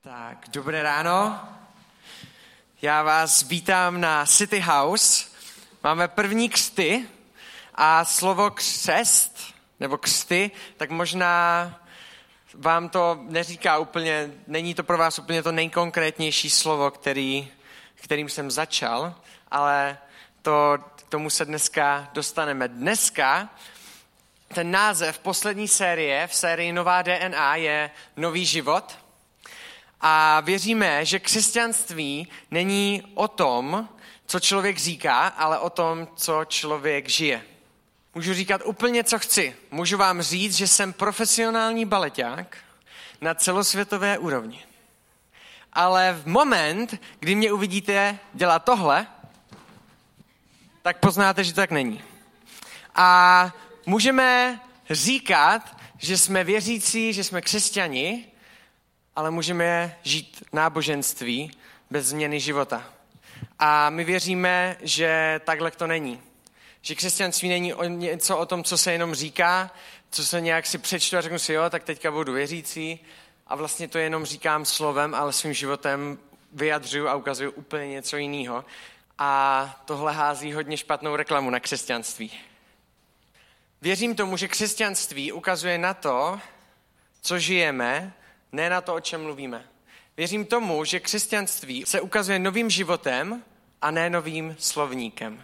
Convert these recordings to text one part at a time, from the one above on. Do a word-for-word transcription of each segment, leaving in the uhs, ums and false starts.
Tak, dobré ráno. Já vás vítám na City House. Máme první křty a slovo křest, nebo křty, tak možná vám to neříká úplně, není to pro vás úplně to nejkonkrétnější slovo, který, kterým jsem začal, ale to, k tomu se dneska dostaneme. Dneska ten název poslední série, v sérii Nová D N A, je Nový život. A věříme, že křesťanství není o tom, co člověk říká, ale o tom, co člověk žije. Můžu říkat úplně, co chci. Můžu vám říct, že jsem profesionální baleťák na celosvětové úrovni. Ale v moment, kdy mě uvidíte dělat tohle, tak poznáte, že to tak není. A můžeme říkat, že jsme věřící, že jsme křesťani, ale můžeme žít náboženství bez změny života. A my věříme, že takhle to není. Že křesťanství není o něco o tom, co se jenom říká, co se nějak si přečtu a řeknu si, jo, tak teďka budu věřící. A vlastně to jenom říkám slovem, ale svým životem vyjadřuju a ukazuju úplně něco jiného. A tohle hází hodně špatnou reklamu na křesťanství. Věřím tomu, že křesťanství ukazuje na to, co žijeme, ne na to, o čem mluvíme. Věřím tomu, že křesťanství se ukazuje novým životem a ne novým slovníkem.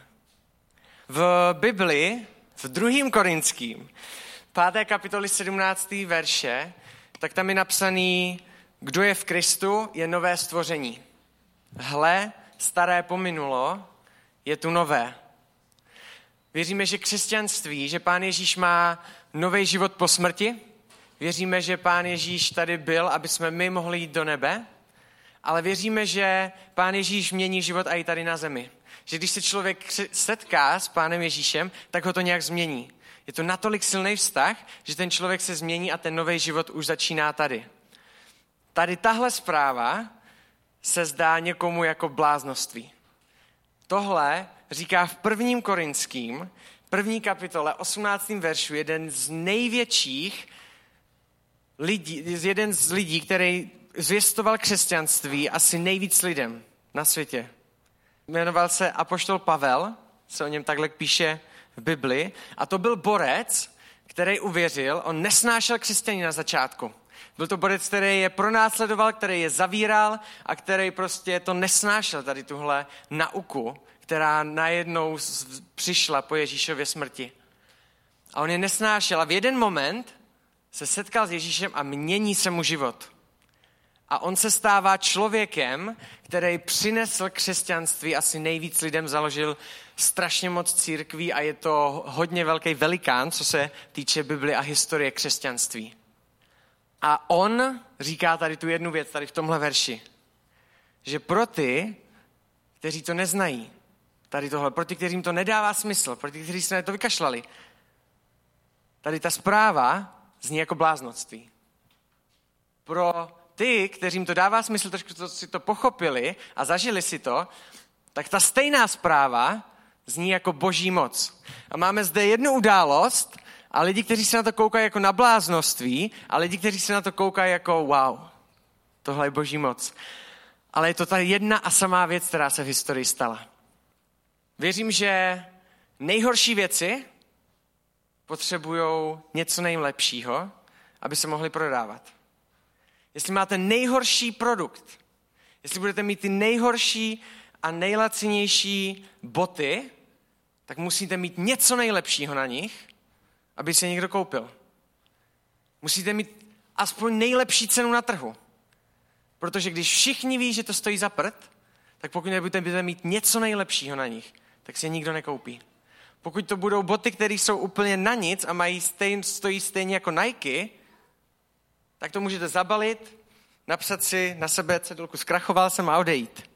V Bibli, v druhém Korinským, páté kapitoly sedmnácté verše, tak tam je napsaný, kdo je v Kristu, je nové stvoření. Hle, staré pominulo, je tu nové. Věříme, že křesťanství, že Pán Ježíš má nový život po smrti. Věříme, že Pán Ježíš tady byl, aby jsme my mohli jít do nebe, ale věříme, že Pán Ježíš mění život i tady na zemi. Že když se člověk setká s Pánem Ježíšem, tak ho to nějak změní. Je to natolik silný vztah, že ten člověk se změní a ten nový život už začíná tady. Tady tahle zpráva se zdá někomu jako bláznoství. Tohle říká v prvním Korinským, první kapitole, osmnáctém veršu, jeden z největších lidí, jeden z lidí, který zvěstoval křesťanství asi nejvíc lidem na světě. Jmenoval se apoštol Pavel, se o něm takhle píše v Bibli, a to byl borec, který uvěřil, on nesnášel křesťany na začátku. Byl to borec, který je pronásledoval, který je zavíral a který prostě to nesnášel, tady tuhle nauku, která najednou přišla po Ježíšově smrti. A on je nesnášel a v jeden moment se setkal s Ježíšem a mění se mu život. A on se stává člověkem, který přinesl křesťanství, asi nejvíc lidem založil strašně moc církví a je to hodně velký velikán, co se týče Biblie a historie křesťanství. A on říká tady tu jednu věc, tady v tomhle verši, že pro ty, kteří to neznají, tady tohle, pro ty, kterým to nedává smysl, pro ty, kteří se na to vykašlali, tady ta zpráva zní jako bláznoství. Pro ty, kterým to dává smysl, trošku to, si to pochopili a zažili si to, tak ta stejná zpráva zní jako boží moc. A máme zde jednu událost a lidi, kteří se na to koukají jako na bláznoství a lidi, kteří se na to koukají jako wow, tohle je boží moc. Ale je to ta jedna a samá věc, která se v historii stala. Věřím, že nejhorší věci potřebují něco nejlepšího, aby se mohli prodávat. Jestli máte nejhorší produkt, jestli budete mít ty nejhorší a nejlacinější boty, tak musíte mít něco nejlepšího na nich, aby se někdo koupil. Musíte mít aspoň nejlepší cenu na trhu. Protože když všichni ví, že to stojí za prd, tak pokud nebudete mít něco nejlepšího na nich, tak si je nikdo nekoupí. Pokud to budou boty, které jsou úplně na nic a mají stejn, stojí stejně jako Nike, tak to můžete zabalit, napsat si na sebe cedulku zkrachoval jsem a odejít.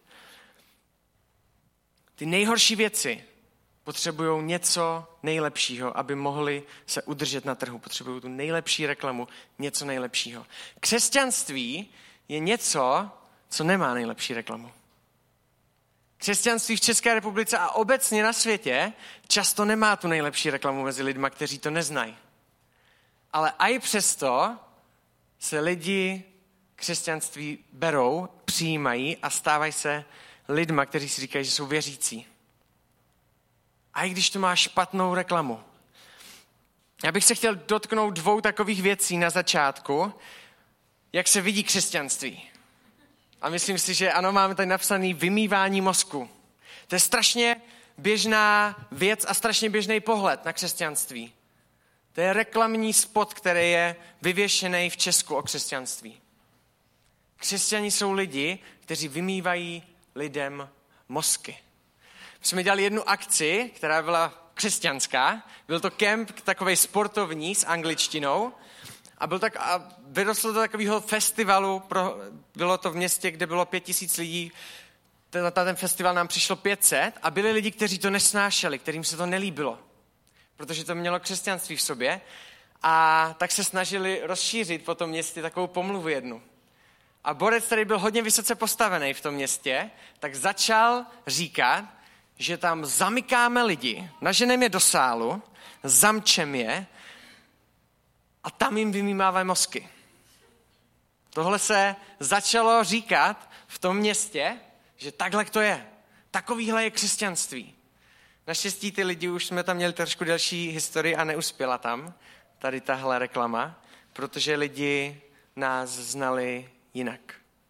Ty nejhorší věci potřebují něco nejlepšího, aby mohli se udržet na trhu. Potřebují tu nejlepší reklamu, něco nejlepšího. Křesťanství je něco, co nemá nejlepší reklamu. Křesťanství v České republice a obecně na světě často nemá tu nejlepší reklamu mezi lidma, kteří to neznají. Ale i přesto se lidi křesťanství berou, přijímají a stávají se lidma, kteří si říkají, že jsou věřící. A i když to má špatnou reklamu. Já bych se chtěl dotknout dvou takových věcí na začátku, jak se vidí křesťanství. A myslím si, že ano, máme tady napsaný vymývání mozku. To je strašně běžná věc a strašně běžný pohled na křesťanství. To je reklamní spot, který je vyvěšený v Česku o křesťanství. Křesťani jsou lidi, kteří vymývají lidem mozky. My jsme dělali jednu akci, která byla křesťanská. Byl to kemp takovej sportovní s angličtinou a, byl tak, a vyrostlo do takového festivalu. Pro, bylo to v městě, kde bylo pět tisíc lidí. Na ten festival nám přišlo pět set a byli lidi, kteří to nesnášeli, kterým se to nelíbilo, protože to mělo křesťanství v sobě. A tak se snažili rozšířit po tom městě takovou pomluvu jednu. A borec, který byl hodně vysoce postavený v tom městě, tak začal říkat, že tam zamykáme lidi, naženeme je do sálu, zamčem je a tam jim vymýmávají mozky. Tohle se začalo říkat v tom městě, že takhle to je. Takovýhle je křesťanství. Naštěstí ty lidi už jsme tam měli trošku delší historii a neuspěla tam tady tahle reklama, protože lidi nás znali jinak.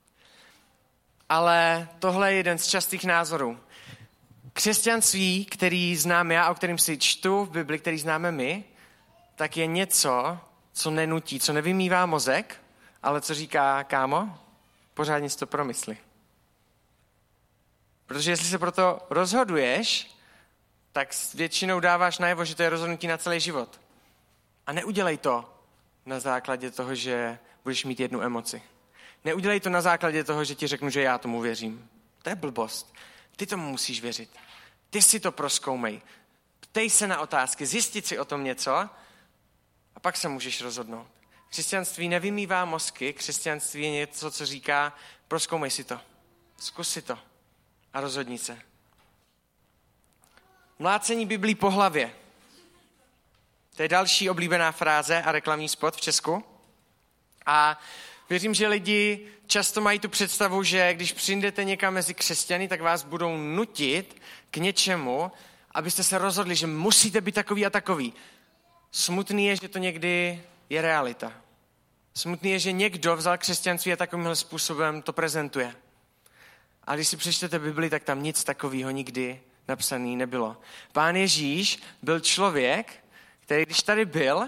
Ale tohle je jeden z častých názorů. Křesťanství, který znám já, o kterém si čtu v Bibli, který známe my, tak je něco, co nenutí, co nevymývá mozek, ale co říká, kámo, pořádně si to promysli. Protože jestli se proto rozhoduješ, tak většinou dáváš najevo, že to je rozhodnutí na celý život. A neudělej to na základě toho, že budeš mít jednu emoci. Neudělej to na základě toho, že ti řeknu, že já tomu věřím. To je blbost. Ty tomu musíš věřit. Ty si to prozkoumej. Ptej se na otázky, zjistit si o tom něco a pak se můžeš rozhodnout. Křesťanství nevymývá mozky, křesťanství je něco, co říká, prozkoumej si to, zkus si to a rozhodni se. Mlácení Biblí po hlavě. To je další oblíbená fráze a reklamní spot v Česku. A věřím, že lidi často mají tu představu, že když přijdete někam mezi křesťany, tak vás budou nutit k něčemu, abyste se rozhodli, že musíte být takový a takový. Smutný je, že to někdy je realita. Smutný je, že někdo vzal křesťanství a takovýmhle způsobem to prezentuje. A když si přečtete Bibli, tak tam nic takového nikdy napsaný nebylo. Pán Ježíš byl člověk, který když tady byl,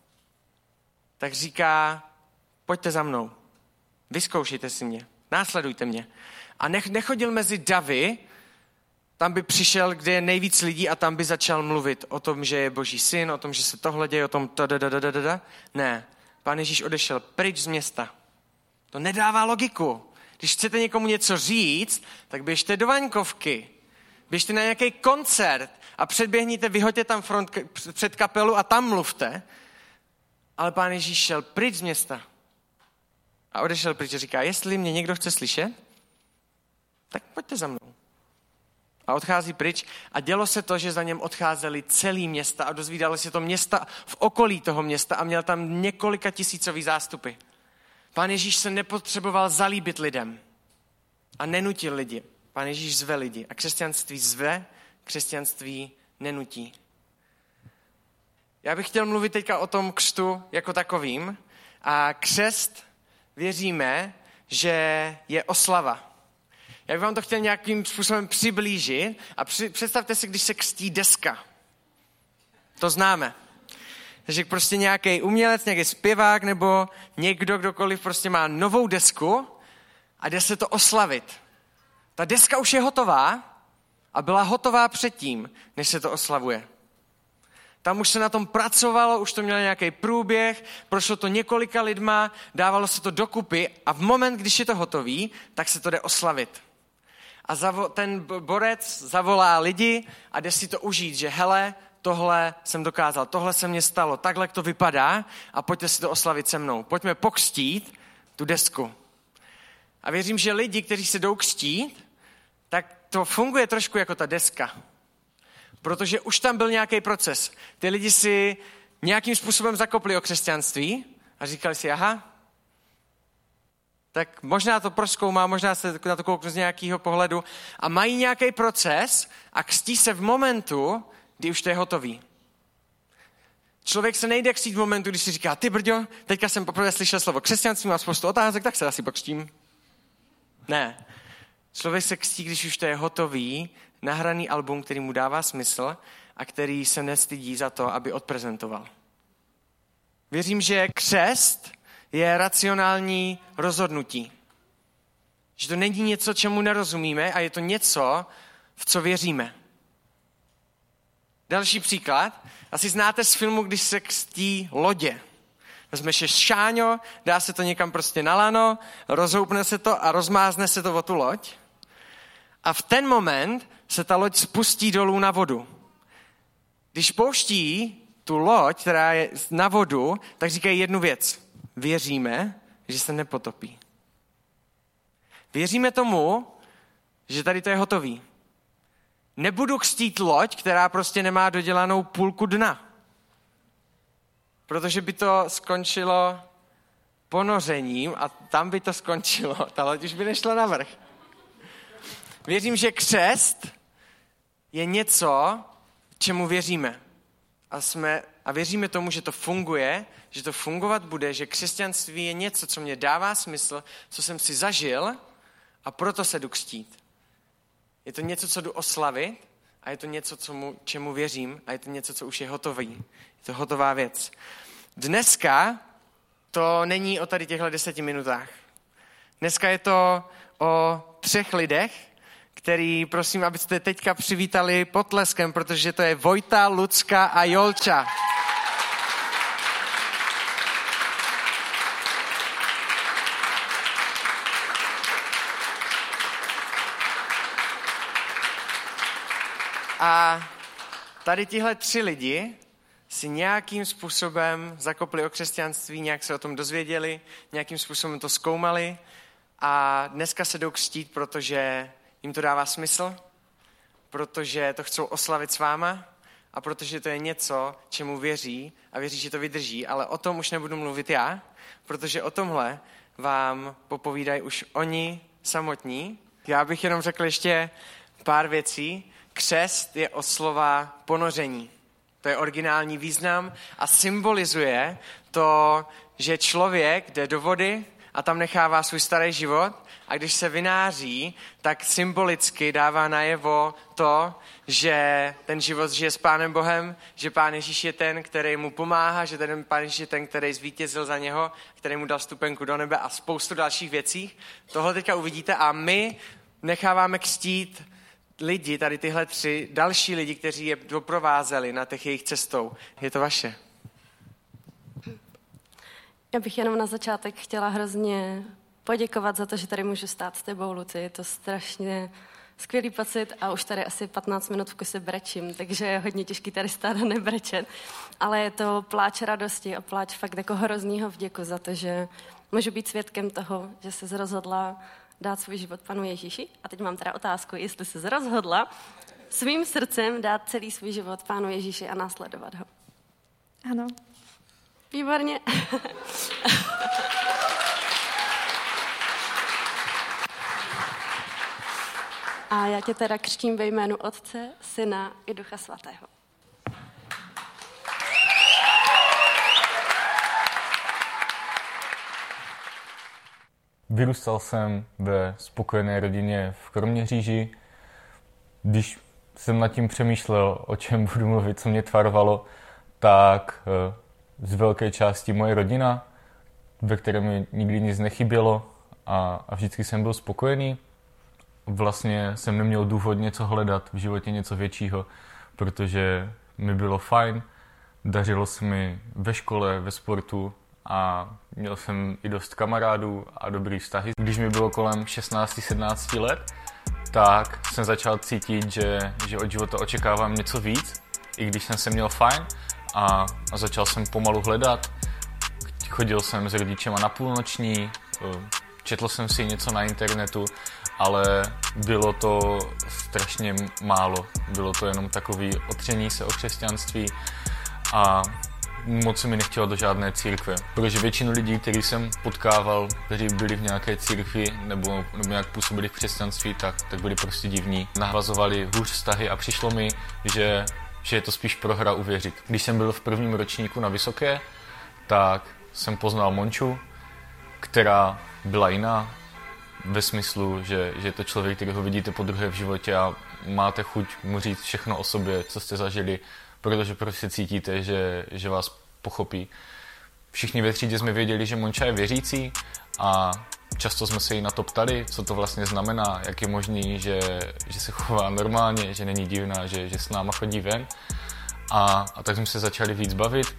tak říká, pojďte za mnou, vyzkoušejte si mě, následujte mě. A nech, nechodil mezi davy, tam by přišel, kde je nejvíc lidí a tam by začal mluvit o tom, že je Boží syn, o tom, že se tohle děje, o tom da. Ne, Pán Ježíš odešel pryč z města. To nedává logiku. Když chcete někomu něco říct, tak běžte do Vaňkovky, běžte na nějaký koncert a předběhněte, vyhoďte tam front před kapelu a tam mluvte. Ale Pán Ježíš šel pryč z města a odešel pryč a říká, jestli mě někdo chce slyšet, tak pojďte za mnou. A odchází pryč a dělo se to, že za něm odcházeli celý města a dozvídali se to města v okolí toho města a měl tam několika tisícový zástupy. Pán Ježíš se nepotřeboval zalíbit lidem a nenutil lidi. Pán Ježíš zve lidi a křesťanství zve, křesťanství nenutí. Já bych chtěl mluvit teďka o tom křtu jako takovým a křest věříme, že je oslava. Já bych vám to chtěl nějakým způsobem přiblížit a při, představte si, když se křtí deska. To známe. Takže prostě nějaký umělec, nějaký zpěvák nebo někdo, kdokoliv prostě má novou desku a jde se to oslavit. Ta deska už je hotová a byla hotová předtím, než se to oslavuje. Tam už se na tom pracovalo, už to mělo nějaký průběh, prošlo to několika lidma, dávalo se to dokupy a v moment, když je to hotový, tak se to jde oslavit. A zavo- ten borec zavolá lidi a jde si to užít, že hele, tohle jsem dokázal, tohle se mně stalo, takhle to vypadá a pojďte si to oslavit se mnou. Pojďme pokřtít tu desku. A věřím, že lidi, kteří se jdou křtít, tak to funguje trošku jako ta deska. Protože už tam byl nějaký proces. Ty lidi si nějakým způsobem zakopli o křesťanství a říkali si, aha, tak možná to prozkoumá, možná se na to kouknu z nějakého pohledu a mají nějaký proces a křtí se v momentu, kdy už to je hotový. Člověk se nejde křtít v momentu, když si říká, ty brďo, teďka jsem poprvé slyšel slovo křesťanství, mám spoustu otázek, tak se asi pokřtím. Ne. Člověk se křtí, když už to je hotový, nahraný album, který mu dává smysl a který se nestydí za to, aby odprezentoval. Věřím, že křest je racionální rozhodnutí. Že to není něco, čemu nerozumíme a je to něco, v co věříme. Další příklad. Asi znáte z filmu, když se křtí lodě. Vezmeš šáňo, dá se to někam prostě na lano, rozhoupne se to a rozmázne se to o tu loď. A v ten moment se ta loď spustí dolů na vodu. Když pouští tu loď, která je na vodu, tak říkají jednu věc. Věříme, že se nepotopí. Věříme tomu, že tady to je hotový. Nebudu křtít loď, která prostě nemá dodělanou půlku dna. Protože by to skončilo ponořením a tam by to skončilo. Ta loď už by nešla na vrch. Věřím, že křest je něco, čemu věříme. A, jsme, a věříme tomu, že to funguje, že to fungovat bude, že křesťanství je něco, co mě dává smysl, co jsem si zažil a proto se jdu křtít. Je to něco, co jdu oslavit a je to něco, co mu, čemu věřím a je to něco, co už je hotový. Je to hotová věc. Dneska to není o tady těchto deseti minutách. Dneska je to o třech lidech, který prosím, abyste teďka přivítali potleskem, protože to je Vojta, Lucka a Jolča. A tady tihle tři lidi si nějakým způsobem zakopli o křesťanství, nějak se o tom dozvěděli, nějakým způsobem to zkoumali a dneska se jdou křtít, protože jim to dává smysl, protože to chcou oslavit s váma a protože to je něco, čemu věří a věří, že to vydrží, ale o tom už nebudu mluvit já, protože o tomhle vám popovídají už oni samotní. Já bych jenom řekl ještě pár věcí. Křest je od slova ponoření. To je originální význam a symbolizuje to, že člověk jde do vody a tam nechává svůj starý život a když se vynáří, tak symbolicky dává najevo to, že ten život žije s Pánem Bohem, že Pán Ježíš je ten, který mu pomáhá, že ten Pán Ježíš je ten, který zvítězil za něho, který mu dal stupenku do nebe a spoustu dalších věcí. Tohle teďka uvidíte a my necháváme křtít lidi, tady tyhle tři, další lidi, kteří je doprovázeli na těch jejich cestou. Je to vaše. Já bych jenom na začátek chtěla hrozně poděkovat za to, že tady můžu stát s tebou, Luci. Je to strašně skvělý pocit a už tady asi patnáct minut v kuse brečím, takže je hodně těžký tady stát a nebrečet. Ale je to pláč radosti a pláč fakt jako hroznýho vděku za to, že můžu být svědkem toho, že se rozhodla dát svůj život Panu Ježíši. A teď mám teda otázku, jestli se rozhodla svým srdcem dát celý svůj život Pánu Ježíši a následovat ho. Ano. Výborně. A já tě teda křtím ve jménu Otce, Syna i Ducha Svatého. Vyrůstal jsem ve spokojené rodině v Kroměříži. Když jsem nad tím přemýšlel, o čem budu mluvit, co mě tvarovalo, tak z velké části moje rodina, ve které mi nikdy nic nechybělo a, a vždycky jsem byl spokojený. Vlastně jsem neměl důvod něco hledat v životě, něco většího, protože mi bylo fajn, dařilo se mi ve škole, ve sportu a měl jsem i dost kamarádů a dobrý vztahy. Když mi bylo kolem šestnáct sedmnáct let, tak jsem začal cítit, že, že od života očekávám něco víc, i když jsem se měl fajn a, a začal jsem pomalu hledat. Chodil jsem s rodičema na půlnoční, četl jsem si něco na internetu, ale bylo to strašně málo. Bylo to jenom takový otření se o křesťanství a moc se mi nechtělo do žádné církve, protože většinu lidí, který jsem potkával, kteří byli v nějaké církvi nebo, nebo nějak působili v křesťanství, tak, tak byli prostě divní. Nahvazovali hůř vztahy a přišlo mi, že, že je to spíš prohra uvěřit. Když jsem byl v prvním ročníku na Vysoké, tak jsem poznal Monču, která byla jiná, ve smyslu, že, že je to člověk, kterého vidíte podruhé v životě a máte chuť mu říct všechno o sobě, co jste zažili, protože prostě cítíte, že, že vás pochopí. Všichni ve třídě jsme věděli, že Monča je věřící a často jsme se jí na to ptali, co to vlastně znamená, jak je možný, že, že se chová normálně, že není divná, že, že s náma chodí ven. A, a tak jsme se začali víc bavit.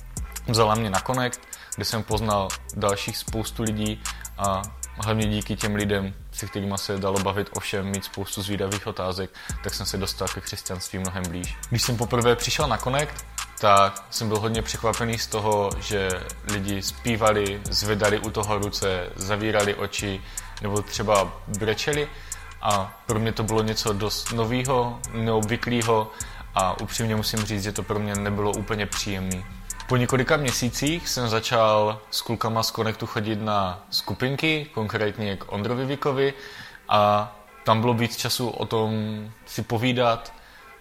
Vzala mě na Connect, kde jsem poznal dalších spoustu lidí a hlavně díky těm lidem, se kterými se dalo bavit o všem, mít spoustu zvídavých otázek, tak jsem se dostal ke křesťanství mnohem blíž. Když jsem poprvé přišel na Connect, tak jsem byl hodně překvapený z toho, že lidi zpívali, zvedali u toho ruce, zavírali oči nebo třeba brečeli a pro mě to bylo něco dost novýho, neobvyklého a upřímně musím říct, že to pro mě nebylo úplně příjemné. Po několika měsících jsem začal s klukama z Connectu chodit na skupinky, konkrétně k Ondrovi Vikovi a tam bylo víc času o tom si povídat,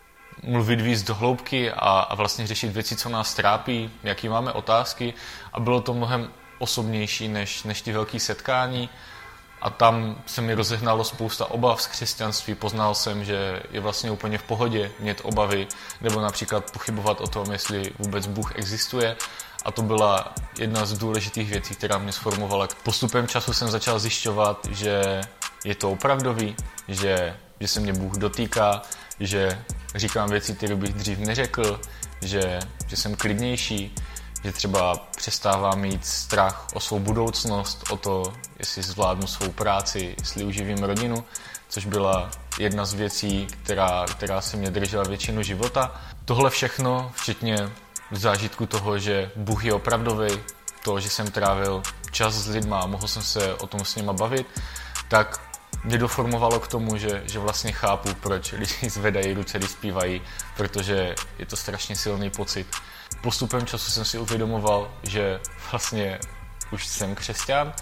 mluvit víc do hloubky a, a vlastně řešit věci, co nás trápí, jaký máme otázky a bylo to mnohem osobnější než, než ty velké setkání a tam se mi rozehnalo spousta obav z křesťanství, poznal jsem, že je vlastně úplně v pohodě mít obavy nebo například pochybovat o tom, jestli vůbec Bůh existuje a to byla jedna z důležitých věcí, která mě sformovala. Postupem času jsem začal zjišťovat, že je to opravdový, že, že se mě Bůh dotýká, že říkám věci, které bych dřív neřekl, že, že jsem klidnější, že třeba přestávám mít strach o svou budoucnost, o to, jestli zvládnu svou práci, jestli uživím rodinu, což byla jedna z věcí, která, která se mě držela většinu života. Tohle všechno, včetně zážitku toho, že Bůh je opravdový, to, že jsem trávil čas s lidma a mohl jsem se o tom s nima bavit, tak mě doformovalo k tomu, že, že vlastně chápu, proč lidi zvedají ruce, když zpívají, protože je to strašně silný pocit. Postupem času jsem si uvědomoval, že vlastně už jsem křesťan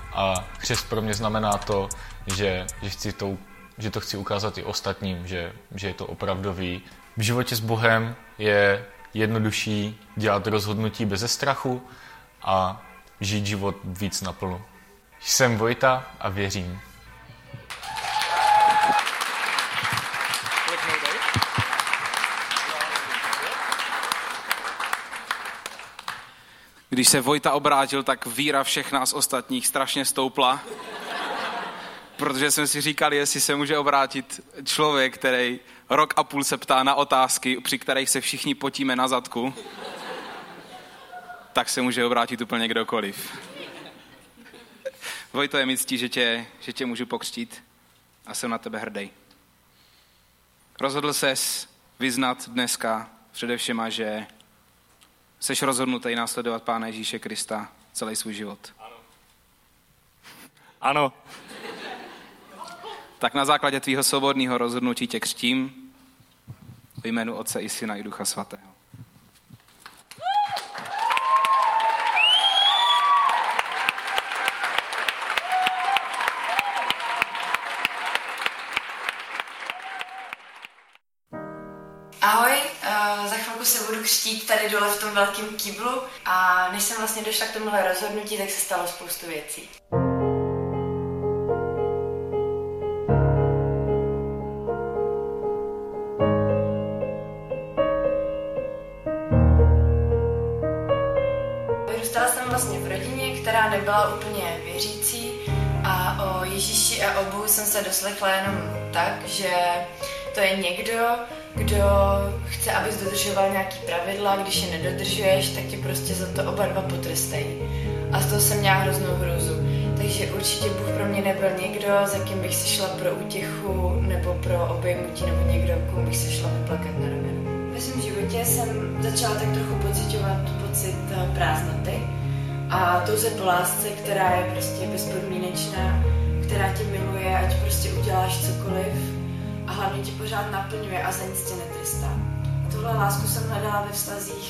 a křest pro mě znamená to, že, že, chci to, že to chci ukázat i ostatním, že, že je to opravdový. V životě s Bohem je jednodušší dělat rozhodnutí beze strachu a žít život víc naplno. Jsem Vojta a věřím. Když se Vojta obrátil, tak víra všech nás ostatních strašně stoupla, protože jsme si říkali, jestli se může obrátit člověk, který rok a půl se ptá na otázky, při kterých se všichni potíme na zadku, tak se může obrátit úplně kdokoliv. Vojto, je mi ctí, že tě, že tě můžu pokřtít a jsem na tebe hrdý. Rozhodl ses vyznat dneska především, že jsi rozhodnutý následovat Pána Ježíše Krista celý svůj život. Ano. Ano. Tak na základě tvýho svobodného rozhodnutí tě křtím v jménu Otce i Syna i Ducha Svatého. Ahoj, uh, za chvilku se budu křtít tady dole v tom velkém kýblu a než jsem vlastně došla k tomuhle rozhodnutí, tak se stalo spoustu věcí. Vyrůstala jsem vlastně v rodině, která nebyla úplně věřící a o Ježíši a o Bohu jsem se doslechla jenom tak, že to je někdo, kdo chce, abys dodržoval nějaký pravidla, když je nedodržuješ, tak tě prostě za to oba dva potrestají. A z toho jsem měla hroznou hrůzu. Takže určitě Bůh pro mě nebyl někdo, za kým bych si šla pro útěchu, nebo pro obejmutí, nebo někdo, komu bych si šla vyplakat na rameno. Ve svém životě jsem začala tak trochu pociťovat pocit prázdnoty a touze po lásce, která je prostě bezpodmínečná, která tě miluje, ať prostě uděláš cokoliv, a hlavně tě pořád naplňuje a za nic tě netrestá. A tuhle lásku jsem hledala ve vztazích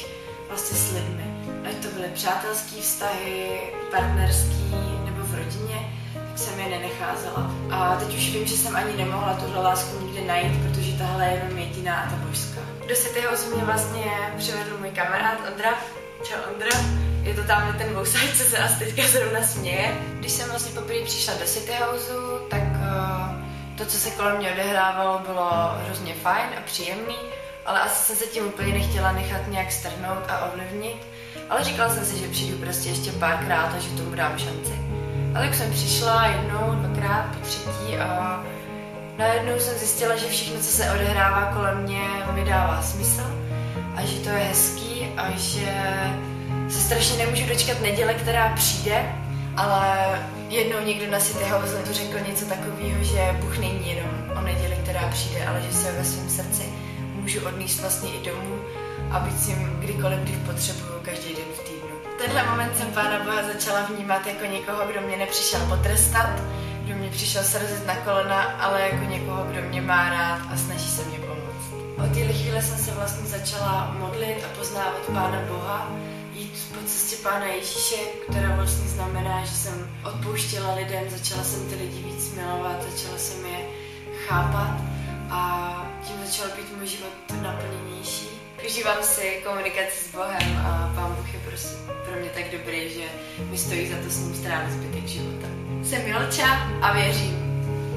vlastně s lidmi. Ať to byly přátelský vztahy, partnerský nebo v rodině, tak jsem je nenecházela. A teď už vím, že jsem ani nemohla tuhle lásku nikdy najít, protože tahle je jenom jediná a ta božská. Do City House mě vlastně přivedl můj kamarád Ondra. Čau Ondra. Je to tam ten vousaj, co se nás teďka zrovna směje. Když jsem vlastně poprvé přišla do City Houseu, tak uh, to, co se kolem mě odehrávalo, bylo hrozně fajn a příjemný, ale asi jsem se tím úplně nechtěla nechat nějak strhnout a ovlivnit. Ale říkala jsem si, že přijdu prostě ještě párkrát a že tomu dám šanci. A tak jsem přišla jednou, dvakrát, po třetí a najednou jsem zjistila, že všechno, co se odehrává kolem mě, mi dává smysl a že to je hezký a že se strašně nemůžu dočkat neděle, která přijde, ale jednou někdo na City House to řekl něco takového, že Bůh není jenom o neděli, která přijde, ale že se ve svém srdci můžu odníst vlastně i domů a být s ním kdykoliv, když potřebuju, každý den v týdnu. Tenhle moment jsem Pána Boha začala vnímat jako někoho, kdo mě nepřišel potrestat, kdo mě přišel srazit na kolena, ale jako někoho, kdo mě má rád a snaží se mě pomoct. Od téhle chvíle jsem se vlastně začala modlit a poznávat Pána Boha, jít po cestě Pána Ježíše, která vlastně znamená, že jsem odpouštěla lidem, začala jsem ty lidi víc milovat, začala jsem je chápat a tím začal být můj život naplněnější. Užívám si komunikaci s Bohem a Pán Bůh je prostě pro mě tak dobrý, že mi stojí za to s ním strávit zbytek života. Jsem Milča a věřím.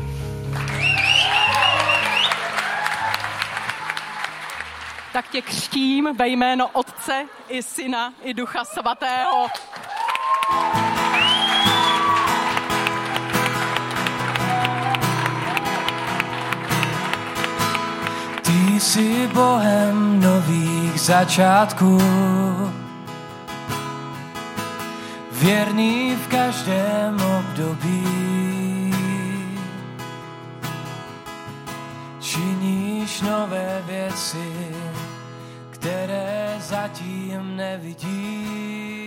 Tak tě křtím ve jméno Otce i Syna i Ducha Svatého. Ty jsi Bohem nových začátků, věrný v každém období. Činíš nové věci, které zatím nevidím.